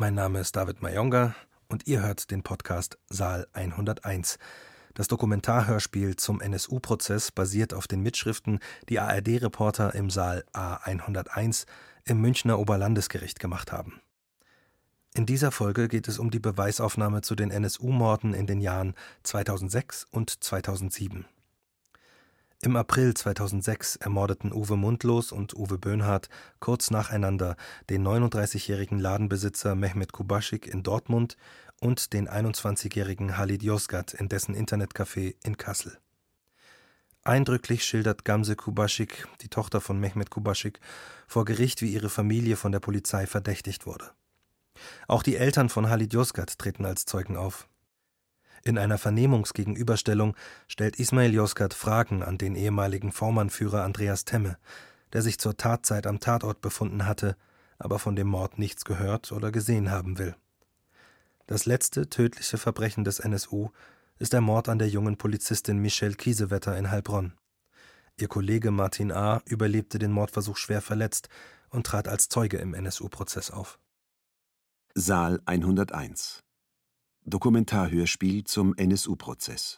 Mein Name ist David Mayonga und ihr hört den Podcast Saal 101. Das Dokumentarhörspiel zum NSU-Prozess basiert auf den Mitschriften, die ARD-Reporter im Saal A101 im Münchner Oberlandesgericht gemacht haben. In dieser Folge geht es um die Beweisaufnahme zu den NSU-Morden in den Jahren 2006 und 2007. Im April 2006 ermordeten Uwe Mundlos und Uwe Böhnhardt kurz nacheinander den 39-jährigen Ladenbesitzer Mehmet Kubaschik in Dortmund und den 21-jährigen Halid Yozgat in dessen Internetcafé in Kassel. Eindrücklich schildert Gamze Kubaschik, die Tochter von Mehmet Kubaschik, vor Gericht, wie ihre Familie von der Polizei verdächtigt wurde. Auch die Eltern von Halid Yozgat treten als Zeugen auf. In einer Vernehmungsgegenüberstellung stellt Ismail Yozgat Fragen an den ehemaligen Vormannführer Andreas Temme, der sich zur Tatzeit am Tatort befunden hatte, aber von dem Mord nichts gehört oder gesehen haben will. Das letzte tödliche Verbrechen des NSU ist der Mord an der jungen Polizistin Michelle Kiesewetter in Heilbronn. Ihr Kollege Martin A. überlebte den Mordversuch schwer verletzt und trat als Zeuge im NSU-Prozess auf. Saal 101. Dokumentarhörspiel zum NSU-Prozess.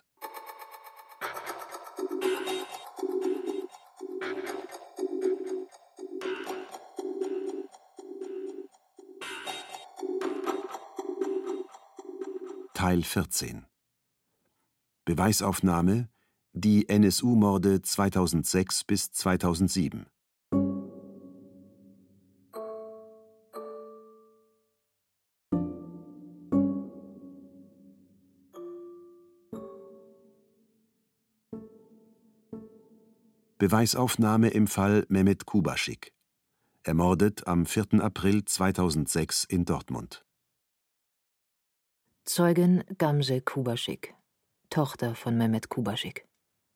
Teil 14. Beweisaufnahme: Die NSU-Morde 2006 bis 2007. Beweisaufnahme im Fall Mehmet Kubaschik. Ermordet am 4. April 2006 in Dortmund. Zeugin Gamze Kubaschik, Tochter von Mehmet Kubaschik.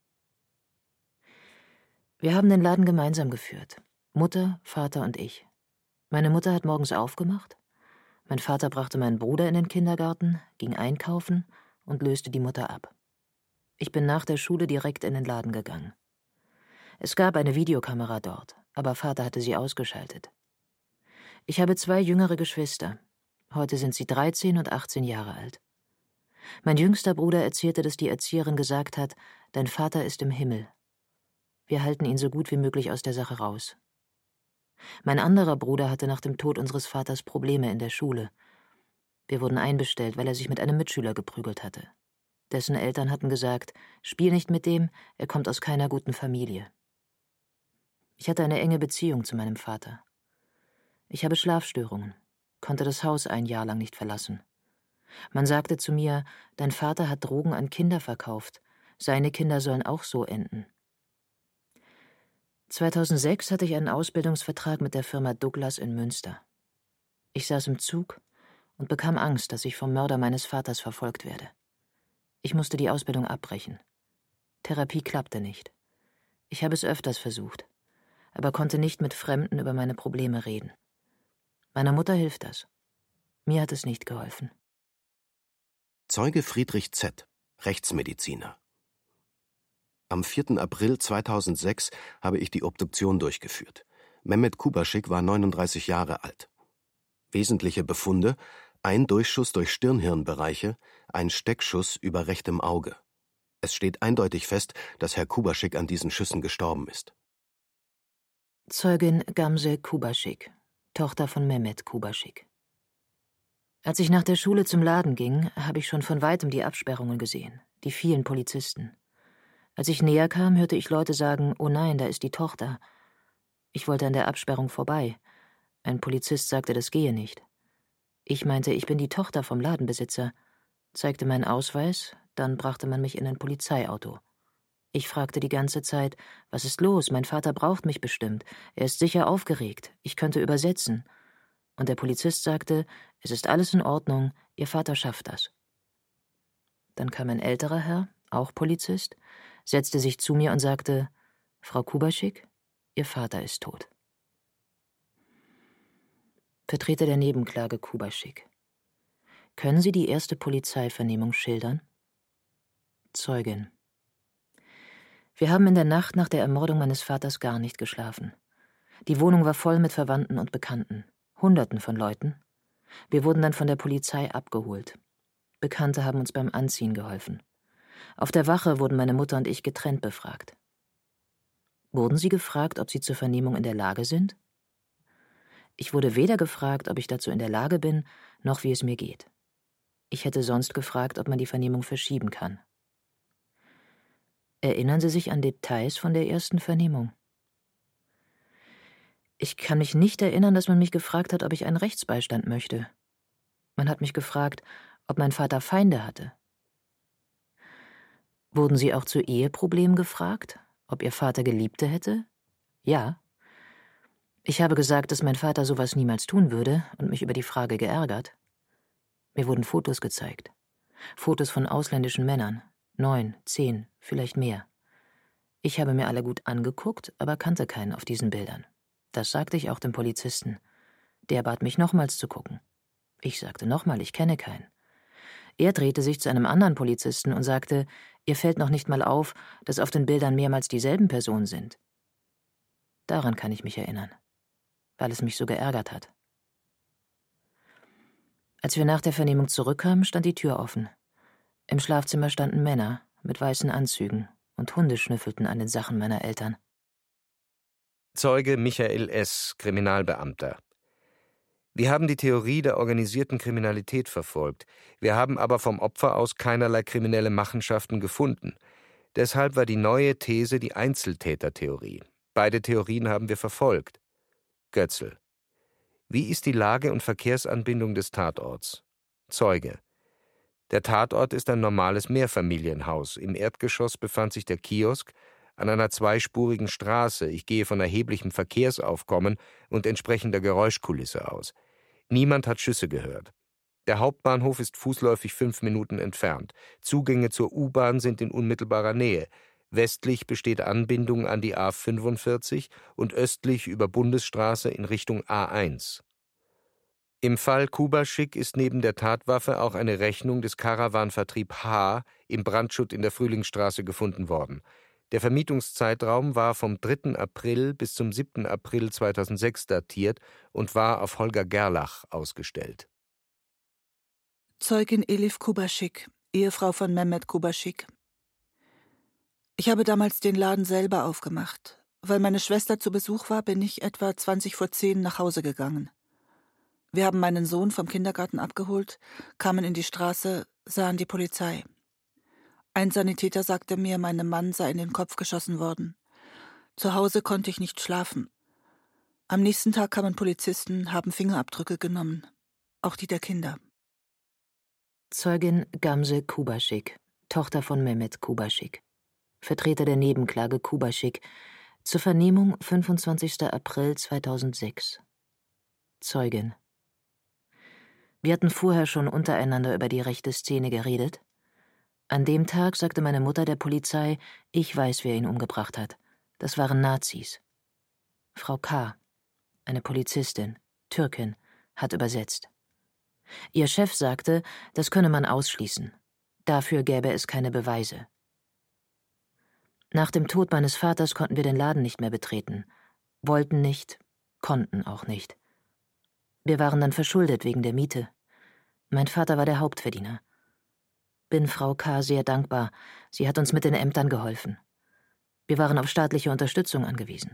Wir haben den Laden gemeinsam geführt. Mutter, Vater und ich. Meine Mutter hat morgens aufgemacht. Mein Vater brachte meinen Bruder in den Kindergarten, ging einkaufen und löste die Mutter ab. Ich bin nach der Schule direkt in den Laden gegangen. Es gab eine Videokamera dort, aber Vater hatte sie ausgeschaltet. Ich habe 2 jüngere Geschwister. Heute sind sie 13 und 18 Jahre alt. Mein jüngster Bruder erzählte, dass die Erzieherin gesagt hat, dein Vater ist im Himmel. Wir halten ihn so gut wie möglich aus der Sache raus. Mein anderer Bruder hatte nach dem Tod unseres Vaters Probleme in der Schule. Wir wurden einbestellt, weil er sich mit einem Mitschüler geprügelt hatte. Dessen Eltern hatten gesagt, spiel nicht mit dem, er kommt aus keiner guten Familie. Ich hatte eine enge Beziehung zu meinem Vater. Ich habe Schlafstörungen, konnte das Haus ein Jahr lang nicht verlassen. Man sagte zu mir, dein Vater hat Drogen an Kinder verkauft, seine Kinder sollen auch so enden. 2006 hatte ich einen Ausbildungsvertrag mit der Firma Douglas in Münster. Ich saß im Zug und bekam Angst, dass ich vom Mörder meines Vaters verfolgt werde. Ich musste die Ausbildung abbrechen. Therapie klappte nicht. Ich habe es öfters versucht, aber konnte nicht mit Fremden über meine Probleme reden. Meiner Mutter hilft das. Mir hat es nicht geholfen. Zeuge Friedrich Z., Rechtsmediziner. Am 4. April 2006 habe ich die Obduktion durchgeführt. Mehmet Kubaschik war 39 Jahre alt. Wesentliche Befunde: ein Durchschuss durch Stirnhirnbereiche, ein Steckschuss über rechtem Auge. Es steht eindeutig fest, dass Herr Kubaschik an diesen Schüssen gestorben ist. Zeugin Gamze Kubaschik, Tochter von Mehmet Kubaschik. Als ich nach der Schule zum Laden ging, habe ich schon von weitem die Absperrungen gesehen, die vielen Polizisten. Als ich näher kam, hörte ich Leute sagen, oh nein, da ist die Tochter. Ich wollte an der Absperrung vorbei. Ein Polizist sagte, das gehe nicht. Ich meinte, ich bin die Tochter vom Ladenbesitzer, zeigte meinen Ausweis, dann brachte man mich in ein Polizeiauto. Ich fragte die ganze Zeit, was ist los, mein Vater braucht mich bestimmt, er ist sicher aufgeregt, ich könnte übersetzen. Und der Polizist sagte, es ist alles in Ordnung, Ihr Vater schafft das. Dann kam ein älterer Herr, auch Polizist, setzte sich zu mir und sagte, Frau Kubaschik, Ihr Vater ist tot. Vertreter der Nebenklage Kubaschik. Können Sie die erste Polizeivernehmung schildern? Zeugin. Wir haben in der Nacht nach der Ermordung meines Vaters gar nicht geschlafen. Die Wohnung war voll mit Verwandten und Bekannten, Hunderten von Leuten. Wir wurden dann von der Polizei abgeholt. Bekannte haben uns beim Anziehen geholfen. Auf der Wache wurden meine Mutter und ich getrennt befragt. Wurden Sie gefragt, ob Sie zur Vernehmung in der Lage sind? Ich wurde weder gefragt, ob ich dazu in der Lage bin, noch wie es mir geht. Ich hätte sonst gefragt, ob man die Vernehmung verschieben kann. Erinnern Sie sich an Details von der ersten Vernehmung? Ich kann mich nicht erinnern, dass man mich gefragt hat, ob ich einen Rechtsbeistand möchte. Man hat mich gefragt, ob mein Vater Feinde hatte. Wurden Sie auch zu Eheproblemen gefragt, ob Ihr Vater Geliebte hätte? Ja. Ich habe gesagt, dass mein Vater sowas niemals tun würde und mich über die Frage geärgert. Mir wurden Fotos gezeigt. Fotos von ausländischen Männern. 9, 10, vielleicht mehr. Ich habe mir alle gut angeguckt, aber kannte keinen auf diesen Bildern. Das sagte ich auch dem Polizisten. Der bat mich nochmals zu gucken. Ich sagte nochmal, ich kenne keinen. Er drehte sich zu einem anderen Polizisten und sagte, ihr fällt noch nicht mal auf, dass auf den Bildern mehrmals dieselben Personen sind. Daran kann ich mich erinnern, weil es mich so geärgert hat. Als wir nach der Vernehmung zurückkamen, stand die Tür offen. Im Schlafzimmer standen Männer mit weißen Anzügen und Hunde schnüffelten an den Sachen meiner Eltern. Zeuge Michael S., Kriminalbeamter. Wir haben die Theorie der organisierten Kriminalität verfolgt. Wir haben aber vom Opfer aus keinerlei kriminelle Machenschaften gefunden. Deshalb war die neue These die Einzeltätertheorie. Beide Theorien haben wir verfolgt. Götzl. Wie ist die Lage und Verkehrsanbindung des Tatorts? Zeuge. Der Tatort ist ein normales Mehrfamilienhaus. Im Erdgeschoss befand sich der Kiosk, an einer zweispurigen Straße. Ich gehe von erheblichem Verkehrsaufkommen und entsprechender Geräuschkulisse aus. Niemand hat Schüsse gehört. Der Hauptbahnhof ist fußläufig 5 Minuten entfernt. Zugänge zur U-Bahn sind in unmittelbarer Nähe. Westlich besteht Anbindung an die A45 und östlich über Bundesstraße in Richtung A1. Im Fall Kubaschik ist neben der Tatwaffe auch eine Rechnung des Karawanvertrieb H. im Brandschutt in der Frühlingsstraße gefunden worden. Der Vermietungszeitraum war vom 3. April bis zum 7. April 2006 datiert und war auf Holger Gerlach ausgestellt. Zeugin Elif Kubaschik, Ehefrau von Mehmet Kubaschik. Ich habe damals den Laden selber aufgemacht. Weil meine Schwester zu Besuch war, bin ich etwa 20:10 nach Hause gegangen. Wir haben meinen Sohn vom Kindergarten abgeholt, kamen in die Straße, sahen die Polizei. Ein Sanitäter sagte mir, meinem Mann sei in den Kopf geschossen worden. Zu Hause konnte ich nicht schlafen. Am nächsten Tag kamen Polizisten, haben Fingerabdrücke genommen, auch die der Kinder. Zeugin Gamze Kubaschik, Tochter von Mehmet Kubaschik. Vertreter der Nebenklage Kubaschik. Zur Vernehmung 25. April 2006. Zeugin. Wir hatten vorher schon untereinander über die rechte Szene geredet. An dem Tag sagte meine Mutter der Polizei, ich weiß, wer ihn umgebracht hat. Das waren Nazis. Frau K., eine Polizistin, Türkin, hat übersetzt. Ihr Chef sagte, das könne man ausschließen. Dafür gäbe es keine Beweise. Nach dem Tod meines Vaters konnten wir den Laden nicht mehr betreten. Wollten nicht, konnten auch nicht. Wir waren dann verschuldet wegen der Miete. Mein Vater war der Hauptverdiener. Bin Frau K. sehr dankbar. Sie hat uns mit den Ämtern geholfen. Wir waren auf staatliche Unterstützung angewiesen.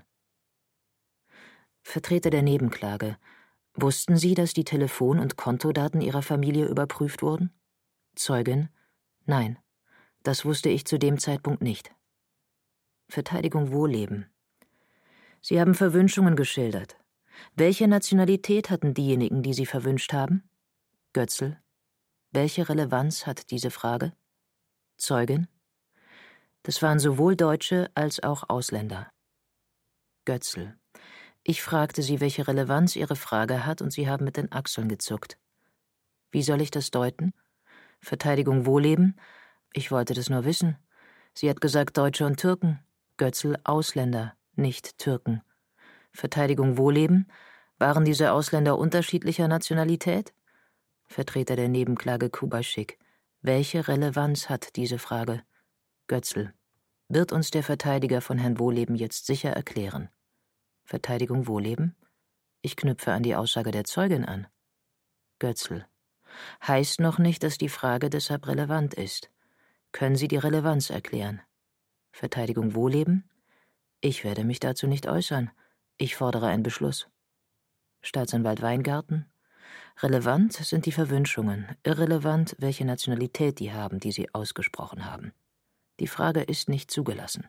Vertreter der Nebenklage. Wussten Sie, dass die Telefon- und Kontodaten Ihrer Familie überprüft wurden? Zeugin. Nein, das wusste ich zu dem Zeitpunkt nicht. Verteidigung Wohlleben. Sie haben Verwünschungen geschildert. Welche Nationalität hatten diejenigen, die Sie verwünscht haben? Götzl. Welche Relevanz hat diese Frage? Zeugin. Das waren sowohl Deutsche als auch Ausländer. Götzl. Ich fragte Sie, welche Relevanz Ihre Frage hat, und Sie haben mit den Achseln gezuckt. Wie soll ich das deuten? Verteidigung Wohlleben? Ich wollte das nur wissen. Sie hat gesagt Deutsche und Türken. Götzl Ausländer, nicht Türken. Verteidigung Wohlleben? Waren diese Ausländer unterschiedlicher Nationalität? Vertreter der Nebenklage Kubaschik. Welche Relevanz hat diese Frage? Götzl. Wird uns der Verteidiger von Herrn Wohlleben jetzt sicher erklären. Verteidigung Wohlleben? Ich knüpfe an die Aussage der Zeugin an. Götzl. Heißt noch nicht, dass die Frage deshalb relevant ist. Können Sie die Relevanz erklären? Verteidigung Wohleben? Ich werde mich dazu nicht äußern. Ich fordere einen Beschluss. Staatsanwalt Weingarten? Relevant sind die Verwünschungen, irrelevant, welche Nationalität die haben, die Sie ausgesprochen haben. Die Frage ist nicht zugelassen.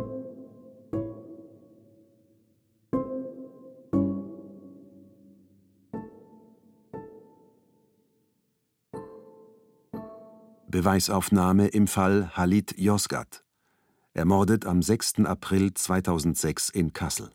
Beweisaufnahme im Fall Halit Yozgat, ermordet am 6. April 2006 in Kassel.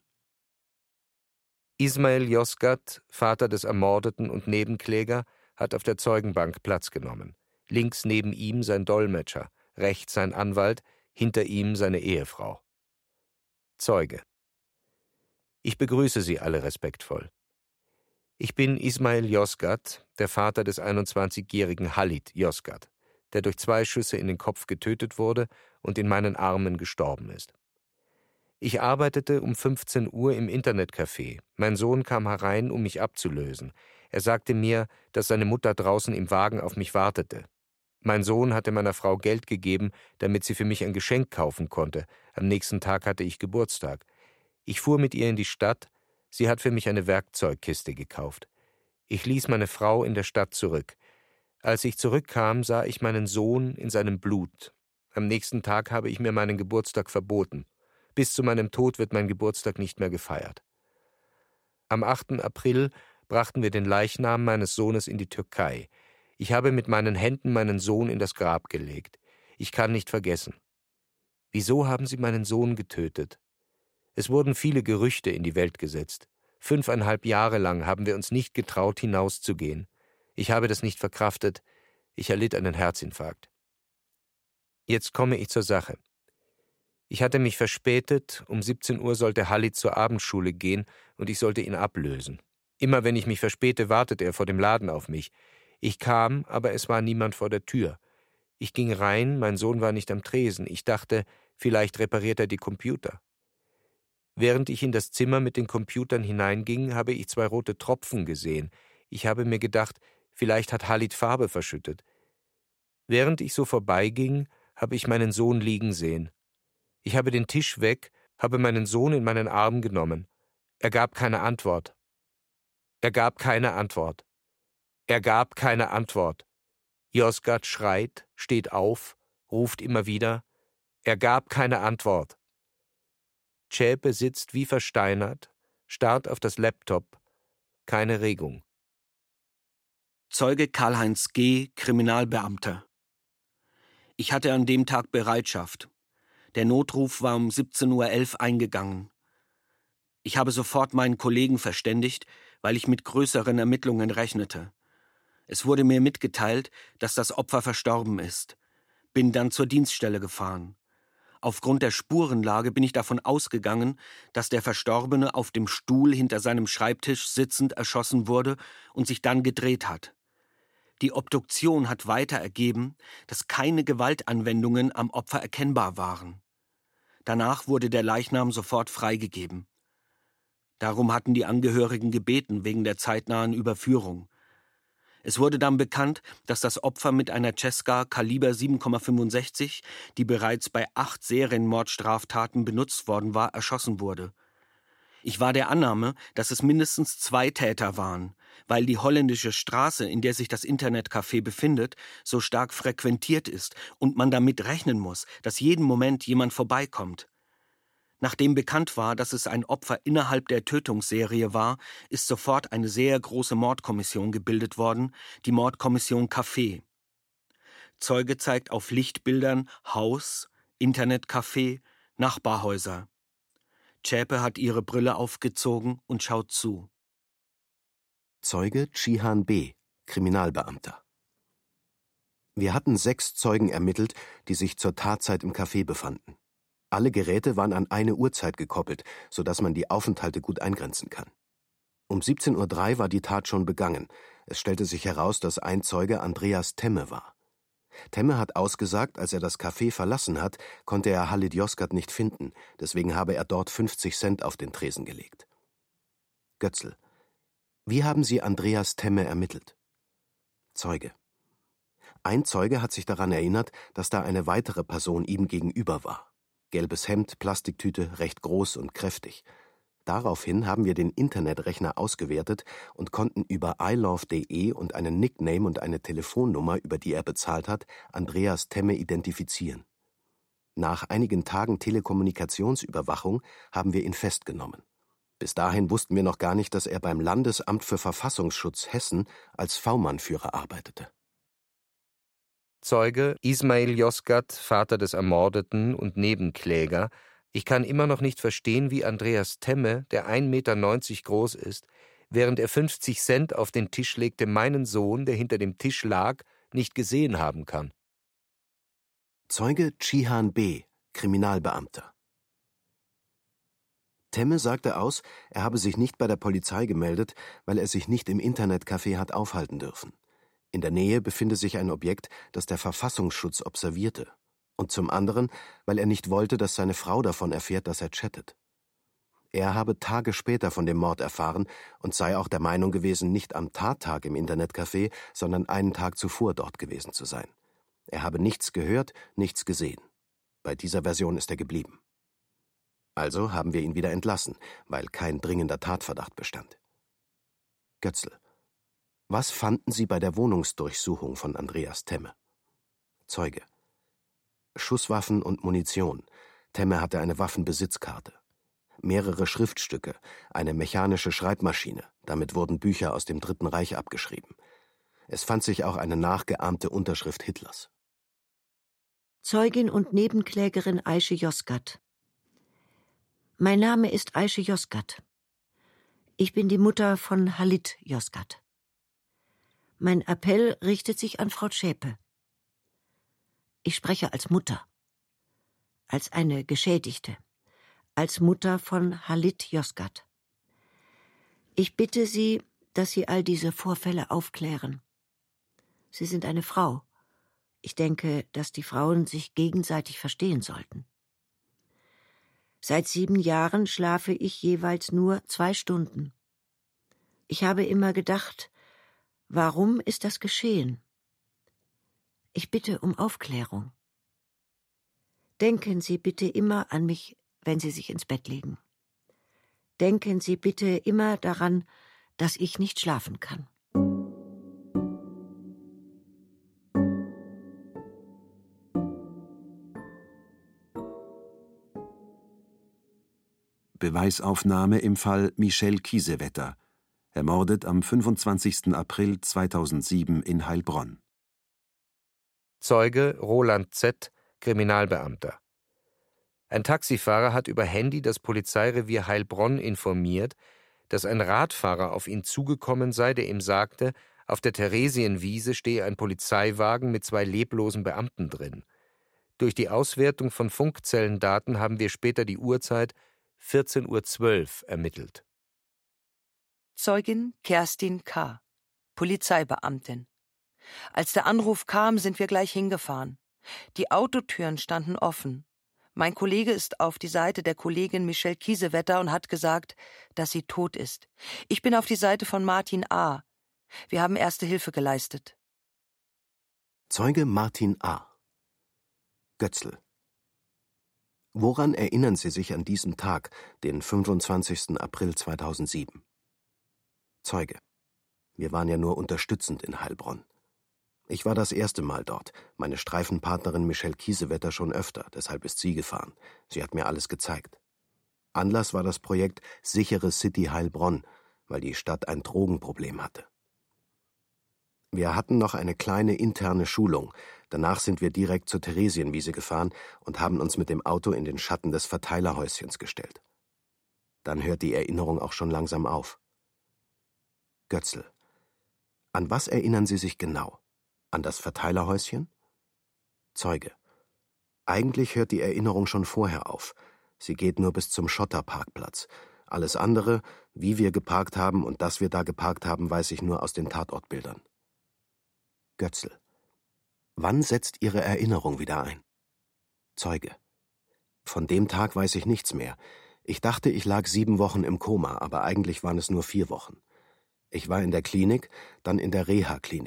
Ismail Yozgat, Vater des Ermordeten und Nebenkläger, hat auf der Zeugenbank Platz genommen. Links neben ihm sein Dolmetscher, rechts sein Anwalt, hinter ihm seine Ehefrau. Zeuge: Ich begrüße Sie alle respektvoll. Ich bin Ismail Yozgat, der Vater des 21-jährigen Halit Yozgat, der durch 2 Schüsse in den Kopf getötet wurde und in meinen Armen gestorben ist. Ich arbeitete um 15 Uhr im Internetcafé. Mein Sohn kam herein, um mich abzulösen. Er sagte mir, dass seine Mutter draußen im Wagen auf mich wartete. Mein Sohn hatte meiner Frau Geld gegeben, damit sie für mich ein Geschenk kaufen konnte. Am nächsten Tag hatte ich Geburtstag. Ich fuhr mit ihr in die Stadt. Sie hat für mich eine Werkzeugkiste gekauft. Ich ließ meine Frau in der Stadt zurück. Als ich zurückkam, sah ich meinen Sohn in seinem Blut. Am nächsten Tag habe ich mir meinen Geburtstag verboten. Bis zu meinem Tod wird mein Geburtstag nicht mehr gefeiert. Am 8. April brachten wir den Leichnam meines Sohnes in die Türkei. Ich habe mit meinen Händen meinen Sohn in das Grab gelegt. Ich kann nicht vergessen. Wieso haben Sie meinen Sohn getötet? Es wurden viele Gerüchte in die Welt gesetzt. 5,5 Jahre lang haben wir uns nicht getraut, hinauszugehen. Ich habe das nicht verkraftet. Ich erlitt einen Herzinfarkt. Jetzt komme ich zur Sache. Ich hatte mich verspätet, um 17 Uhr sollte Halit zur Abendschule gehen und ich sollte ihn ablösen. Immer wenn ich mich verspäte, wartete er vor dem Laden auf mich. Ich kam, aber es war niemand vor der Tür. Ich ging rein, mein Sohn war nicht am Tresen. Ich dachte, vielleicht repariert er die Computer. Während ich in das Zimmer mit den Computern hineinging, habe ich 2 rote Tropfen gesehen. Ich habe mir gedacht, vielleicht hat Halit Farbe verschüttet. Während ich so vorbeiging, habe ich meinen Sohn liegen sehen. Ich habe den Tisch weg, habe meinen Sohn in meinen Arm genommen. Er gab keine Antwort. Er gab keine Antwort. Er gab keine Antwort. Yozgat schreit, steht auf, ruft immer wieder. Er gab keine Antwort. Zschäpe sitzt wie versteinert, starrt auf das Laptop. Keine Regung. Zeuge Karl-Heinz G., Kriminalbeamter. Ich hatte an dem Tag Bereitschaft. Der Notruf war um 17:11 Uhr eingegangen. Ich habe sofort meinen Kollegen verständigt, weil ich mit größeren Ermittlungen rechnete. Es wurde mir mitgeteilt, dass das Opfer verstorben ist. Bin dann zur Dienststelle gefahren. Aufgrund der Spurenlage bin ich davon ausgegangen, dass der Verstorbene auf dem Stuhl hinter seinem Schreibtisch sitzend erschossen wurde und sich dann gedreht hat. Die Obduktion hat weiter ergeben, dass keine Gewaltanwendungen am Opfer erkennbar waren. Danach wurde der Leichnam sofort freigegeben. Darum hatten die Angehörigen gebeten wegen der zeitnahen Überführung. Es wurde dann bekannt, dass das Opfer mit einer Cesca Kaliber 7,65, die bereits bei 8 Serienmordstraftaten benutzt worden war, erschossen wurde. Ich war der Annahme, dass es mindestens 2 Täter waren, weil die holländische Straße, in der sich das Internetcafé befindet, so stark frequentiert ist und man damit rechnen muss, dass jeden Moment jemand vorbeikommt. Nachdem bekannt war, dass es ein Opfer innerhalb der Tötungsserie war, ist sofort eine sehr große Mordkommission gebildet worden, die Mordkommission Café. Zeuge zeigt auf Lichtbildern Haus, Internetcafé, Nachbarhäuser. Zschäpe hat ihre Brille aufgezogen und schaut zu. Zeuge Cihan B., Kriminalbeamter. Wir hatten 6 Zeugen ermittelt, die sich zur Tatzeit im Café befanden. Alle Geräte waren an eine Uhrzeit gekoppelt, sodass man die Aufenthalte gut eingrenzen kann. Um 17:03 Uhr war die Tat schon begangen. Es stellte sich heraus, dass ein Zeuge Andreas Temme war. Temme hat ausgesagt, als er das Café verlassen hat, konnte er Halit Yozgat nicht finden, deswegen habe er dort 50 Cent auf den Tresen gelegt. Götzl: Wie haben Sie Andreas Temme ermittelt? Zeuge: Ein Zeuge hat sich daran erinnert, dass da eine weitere Person ihm gegenüber war. Gelbes Hemd, Plastiktüte, recht groß und kräftig. Daraufhin haben wir den Internetrechner ausgewertet und konnten über ilove.de und einen Nickname und eine Telefonnummer, über die er bezahlt hat, Andreas Temme identifizieren. Nach einigen Tagen Telekommunikationsüberwachung haben wir ihn festgenommen. Bis dahin wussten wir noch gar nicht, dass er beim Landesamt für Verfassungsschutz Hessen als V-Mann-Führer arbeitete. Zeuge Ismail Yozgat, Vater des Ermordeten und Nebenkläger: Ich kann immer noch nicht verstehen, wie Andreas Temme, der 1,90 Meter groß ist, während er 50 Cent auf den Tisch legte, meinen Sohn, der hinter dem Tisch lag, nicht gesehen haben kann. Zeuge Cihan B., Kriminalbeamter: Temme sagte aus, er habe sich nicht bei der Polizei gemeldet, weil er sich nicht im Internetcafé hat aufhalten dürfen. In der Nähe befinde sich ein Objekt, das der Verfassungsschutz observierte. Und zum anderen, weil er nicht wollte, dass seine Frau davon erfährt, dass er chattet. Er habe Tage später von dem Mord erfahren und sei auch der Meinung gewesen, nicht am Tattag im Internetcafé, sondern einen Tag zuvor dort gewesen zu sein. Er habe nichts gehört, nichts gesehen. Bei dieser Version ist er geblieben. Also haben wir ihn wieder entlassen, weil kein dringender Tatverdacht bestand. Götzl: Was fanden Sie bei der Wohnungsdurchsuchung von Andreas Temme? Zeuge: Schusswaffen und Munition. Temme hatte eine Waffenbesitzkarte. Mehrere Schriftstücke, eine mechanische Schreibmaschine. Damit wurden Bücher aus dem Dritten Reich abgeschrieben. Es fand sich auch eine nachgeahmte Unterschrift Hitlers. Zeugin und Nebenklägerin Aische Yozgat: Mein Name ist Aische Yozgat. Ich bin die Mutter von Halit Yozgat. Mein Appell richtet sich an Frau Zschäpe. Ich spreche als Mutter, als eine Geschädigte, als Mutter von Halit Yozgat. Ich bitte Sie, dass Sie all diese Vorfälle aufklären. Sie sind eine Frau. Ich denke, dass die Frauen sich gegenseitig verstehen sollten. Seit 7 Jahren schlafe ich jeweils nur 2 Stunden. Ich habe immer gedacht, warum ist das geschehen? Ich bitte um Aufklärung. Denken Sie bitte immer an mich, wenn Sie sich ins Bett legen. Denken Sie bitte immer daran, dass ich nicht schlafen kann. Beweisaufnahme im Fall Michel Kiesewetter, ermordet am 25. April 2007 in Heilbronn. Zeuge Roland Z., Kriminalbeamter: Ein Taxifahrer hat über Handy das Polizeirevier Heilbronn informiert, dass ein Radfahrer auf ihn zugekommen sei, der ihm sagte, auf der Theresienwiese stehe ein Polizeiwagen mit 2 leblosen Beamten drin. Durch die Auswertung von Funkzellendaten haben wir später die Uhrzeit 14:12 Uhr ermittelt. Zeugin Kerstin K., Polizeibeamtin: Als der Anruf kam, sind wir gleich hingefahren. Die Autotüren standen offen. Mein Kollege ist auf die Seite der Kollegin Michel Kiesewetter und hat gesagt, dass sie tot ist. Ich bin auf die Seite von Martin A. Wir haben Erste Hilfe geleistet. Zeuge Martin A. Götzl: Woran erinnern Sie sich an diesem Tag, den 25. April 2007? Zeuge: Wir waren ja nur unterstützend in Heilbronn. Ich war das erste Mal dort, meine Streifenpartnerin Michel Kiesewetter schon öfter, deshalb ist sie gefahren. Sie hat mir alles gezeigt. Anlass war das Projekt Sichere City Heilbronn, weil die Stadt ein Drogenproblem hatte. Wir hatten noch eine kleine interne Schulung. Danach sind wir direkt zur Theresienwiese gefahren und haben uns mit dem Auto in den Schatten des Verteilerhäuschens gestellt. Dann hört die Erinnerung auch schon langsam auf. Götzl: An was erinnern Sie sich genau? An das Verteilerhäuschen? Zeuge: Eigentlich hört die Erinnerung schon vorher auf. Sie geht nur bis zum Schotterparkplatz. Alles andere, wie wir geparkt haben und dass wir da geparkt haben, weiß ich nur aus den Tatortbildern. Götzl: Wann setzt Ihre Erinnerung wieder ein? Zeuge: Von dem Tag weiß ich nichts mehr. Ich dachte, ich lag 7 Wochen im Koma, aber eigentlich waren es nur 4 Wochen. Ich war in der Klinik, dann in der Reha-Klinik.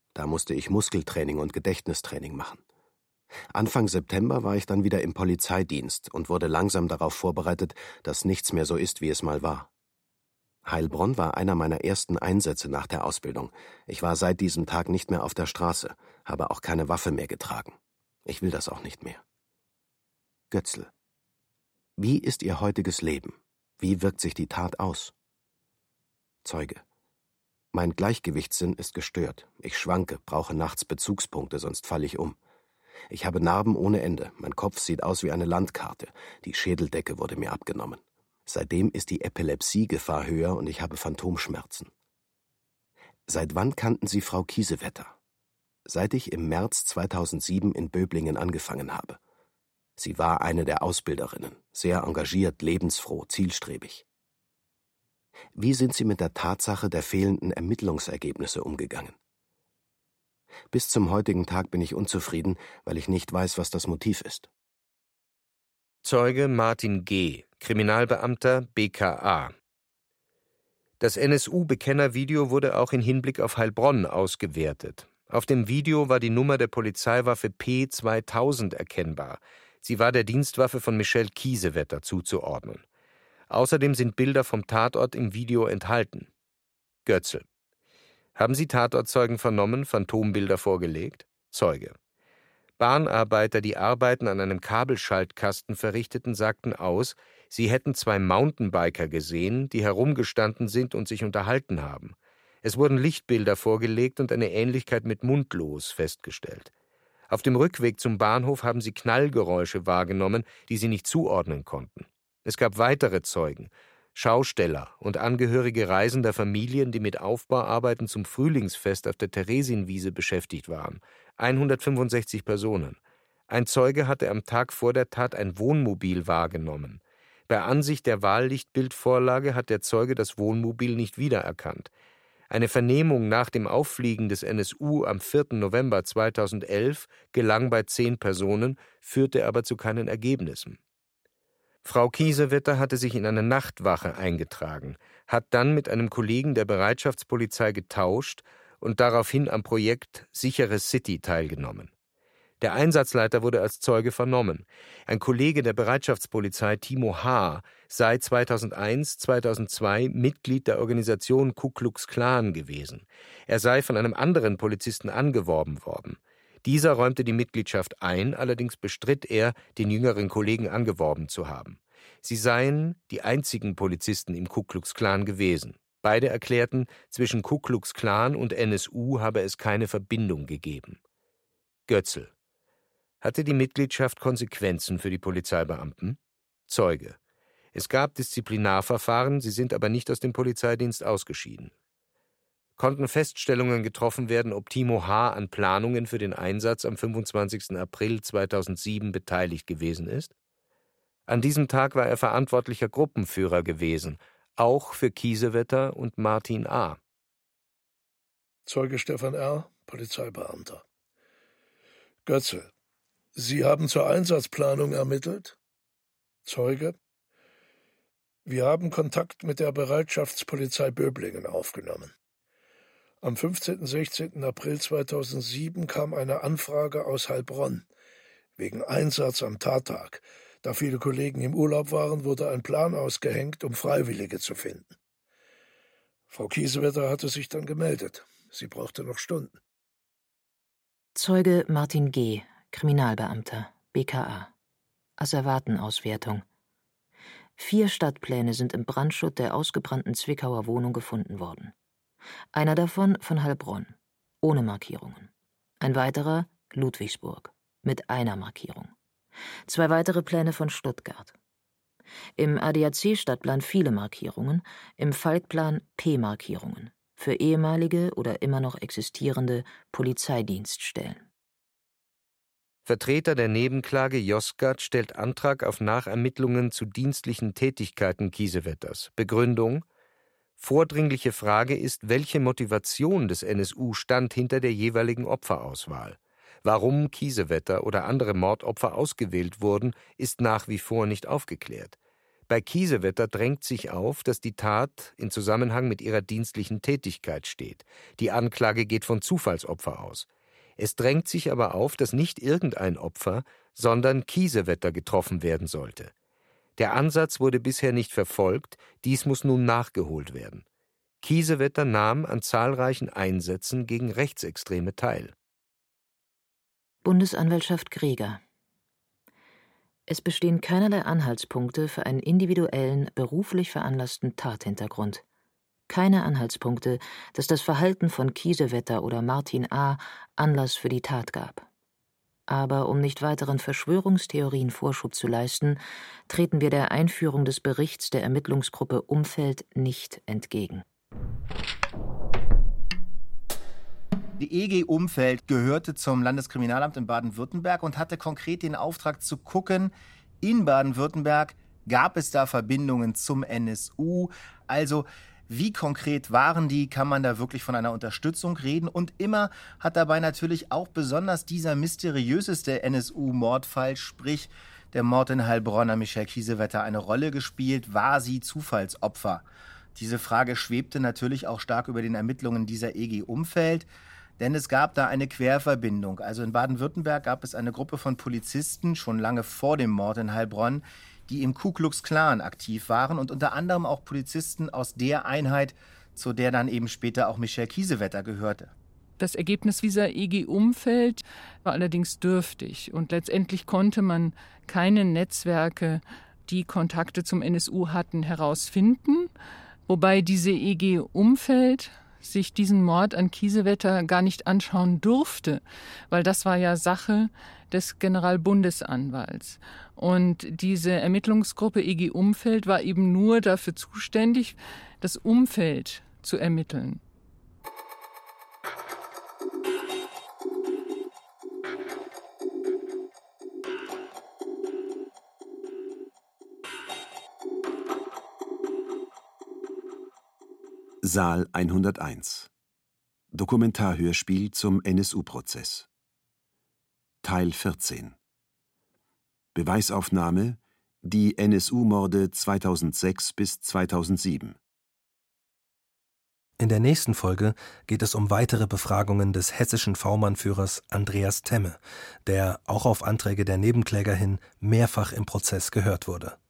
Da musste ich Muskeltraining und Gedächtnistraining machen. Anfang September war ich dann wieder im Polizeidienst und wurde langsam darauf vorbereitet, dass nichts mehr so ist, wie es mal war. Heilbronn war einer meiner ersten Einsätze nach der Ausbildung. Ich war seit diesem Tag nicht mehr auf der Straße, habe auch keine Waffe mehr getragen. Ich will das auch nicht mehr. Götzl. Wie ist Ihr heutiges Leben? Wie wirkt sich die Tat aus? Zeuge. Mein Gleichgewichtssinn ist gestört. Ich schwanke, brauche nachts Bezugspunkte, sonst falle ich um. Ich habe Narben ohne Ende. Mein Kopf sieht aus wie eine Landkarte. Die Schädeldecke wurde mir abgenommen. Seitdem ist die Epilepsiegefahr höher und ich habe Phantomschmerzen. Seit wann kannten Sie Frau Kiesewetter? Seit ich im März 2007 in Böblingen angefangen habe. Sie war eine der Ausbilderinnen, sehr engagiert, lebensfroh, zielstrebig. Wie sind Sie mit der Tatsache der fehlenden Ermittlungsergebnisse umgegangen? Bis zum heutigen Tag bin ich unzufrieden, weil ich nicht weiß, was das Motiv ist. Zeuge Martin G., Kriminalbeamter BKA. Das NSU-Bekennervideo wurde auch in Hinblick auf Heilbronn ausgewertet. Auf dem Video war die Nummer der Polizeiwaffe P2000 erkennbar. Sie war der Dienstwaffe von Michelle Kiesewetter zuzuordnen. Außerdem sind Bilder vom Tatort im Video enthalten. Götzl. Haben Sie Tatortzeugen vernommen, Phantombilder vorgelegt? Zeuge. Bahnarbeiter, die Arbeiten an einem Kabelschaltkasten verrichteten, sagten aus, sie hätten 2 Mountainbiker gesehen, die herumgestanden sind und sich unterhalten haben. Es wurden Lichtbilder vorgelegt und eine Ähnlichkeit mit Mundlos festgestellt. Auf dem Rückweg zum Bahnhof haben sie Knallgeräusche wahrgenommen, die sie nicht zuordnen konnten. Es gab weitere Zeugen, Schausteller und Angehörige reisender Familien, die mit Aufbauarbeiten zum Frühlingsfest auf der Theresienwiese beschäftigt waren. 165 Personen. Ein Zeuge hatte am Tag vor der Tat ein Wohnmobil wahrgenommen. Bei Ansicht der Wahllichtbildvorlage hat der Zeuge das Wohnmobil nicht wiedererkannt. Eine Vernehmung nach dem Auffliegen des NSU am 4. November 2011 gelang bei 10 Personen, führte aber zu keinen Ergebnissen. Frau Kiesewetter hatte sich in eine Nachtwache eingetragen, hat dann mit einem Kollegen der Bereitschaftspolizei getauscht und daraufhin am Projekt Sichere City teilgenommen. Der Einsatzleiter wurde als Zeuge vernommen. Ein Kollege der Bereitschaftspolizei, Timo H., sei 2001/2002 Mitglied der Organisation Ku Klux Klan gewesen. Er sei von einem anderen Polizisten angeworben worden. Dieser räumte die Mitgliedschaft ein, allerdings bestritt er, den jüngeren Kollegen angeworben zu haben. Sie seien die einzigen Polizisten im Ku Klux Klan gewesen. Beide erklärten, zwischen Ku Klux Klan und NSU habe es keine Verbindung gegeben. Götzl. Hatte die Mitgliedschaft Konsequenzen für die Polizeibeamten? Zeuge. Es gab Disziplinarverfahren, sie sind aber nicht aus dem Polizeidienst ausgeschieden. Konnten Feststellungen getroffen werden, ob Timo H. an Planungen für den Einsatz am 25. April 2007 beteiligt gewesen ist? An diesem Tag war er verantwortlicher Gruppenführer gewesen, auch für Kiesewetter und Martin A. Zeuge Stefan R., Polizeibeamter. Götzl. Sie haben zur Einsatzplanung ermittelt? Zeuge. Wir haben Kontakt mit der Bereitschaftspolizei Böblingen aufgenommen. Am 15. und 16. April 2007 kam eine Anfrage aus Heilbronn wegen Einsatz am Tattag. Da viele Kollegen im Urlaub waren, wurde ein Plan ausgehängt, um Freiwillige zu finden. Frau Kiesewetter hatte sich dann gemeldet. Sie brauchte noch Stunden. Zeuge Martin G., Kriminalbeamter, BKA. Asservatenauswertung. 4 Stadtpläne sind im Brandschutt der ausgebrannten Zwickauer Wohnung gefunden worden. Einer davon von Heilbronn, ohne Markierungen. Ein weiterer Ludwigsburg, mit einer Markierung. 2 weitere Pläne von Stuttgart. Im ADAC-Stadtplan viele Markierungen, im Falkplan P-Markierungen für ehemalige oder immer noch existierende Polizeidienststellen. Vertreter der Nebenklage Josgat stellt Antrag auf Nachermittlungen zu dienstlichen Tätigkeiten Kiesewetters. Begründung: Vordringliche Frage ist, welche Motivation des NSU stand hinter der jeweiligen Opferauswahl. Warum Kiesewetter oder andere Mordopfer ausgewählt wurden, ist nach wie vor nicht aufgeklärt. Bei Kiesewetter drängt sich auf, dass die Tat in Zusammenhang mit ihrer dienstlichen Tätigkeit steht. Die Anklage geht von Zufallsopfer aus. Es drängt sich aber auf, dass nicht irgendein Opfer, sondern Kiesewetter getroffen werden sollte. Der Ansatz wurde bisher nicht verfolgt, dies muss nun nachgeholt werden. Kiesewetter nahm an zahlreichen Einsätzen gegen Rechtsextreme teil. Bundesanwaltschaft Grieger. Es bestehen keinerlei Anhaltspunkte für einen individuellen, beruflich veranlassten Tathintergrund. Keine Anhaltspunkte, dass das Verhalten von Kiesewetter oder Martin A. Anlass für die Tat gab. Aber um nicht weiteren Verschwörungstheorien Vorschub zu leisten, treten wir der Einführung des Berichts der Ermittlungsgruppe Umfeld nicht entgegen. Die EG Umfeld gehörte zum Landeskriminalamt in Baden-Württemberg und hatte konkret den Auftrag zu gucken, in Baden-Württemberg gab es da Verbindungen zum NSU, also wie konkret waren die, kann man da wirklich von einer Unterstützung reden? Und immer hat dabei natürlich auch besonders dieser mysteriöseste NSU-Mordfall, sprich der Mord in Heilbronn an Michelle Kiesewetter, eine Rolle gespielt. War sie Zufallsopfer? Diese Frage schwebte natürlich auch stark über den Ermittlungen dieser EG Umfeld, denn es gab da eine Querverbindung. Also in Baden-Württemberg gab es eine Gruppe von Polizisten, schon lange vor dem Mord in Heilbronn, die im Ku Klux Klan aktiv waren und unter anderem auch Polizisten aus der Einheit, zu der dann eben später auch Michelle Kiesewetter gehörte. Das Ergebnis dieser EG Umfeld war allerdings dürftig und letztendlich konnte man keine Netzwerke, die Kontakte zum NSU hatten, herausfinden, wobei diese EG Umfeld sich diesen Mord an Kiesewetter gar nicht anschauen durfte, weil das war ja Sache des Generalbundesanwalts. Und diese Ermittlungsgruppe EG Umfeld war eben nur dafür zuständig, das Umfeld zu ermitteln. Saal 101. Dokumentarhörspiel zum NSU-Prozess. Teil 14. Beweisaufnahme: Die NSU-Morde 2006 bis 2007. In der nächsten Folge geht es um weitere Befragungen des hessischen V-Mann-Führers Andreas Temme, der auch auf Anträge der Nebenkläger hin mehrfach im Prozess gehört wurde.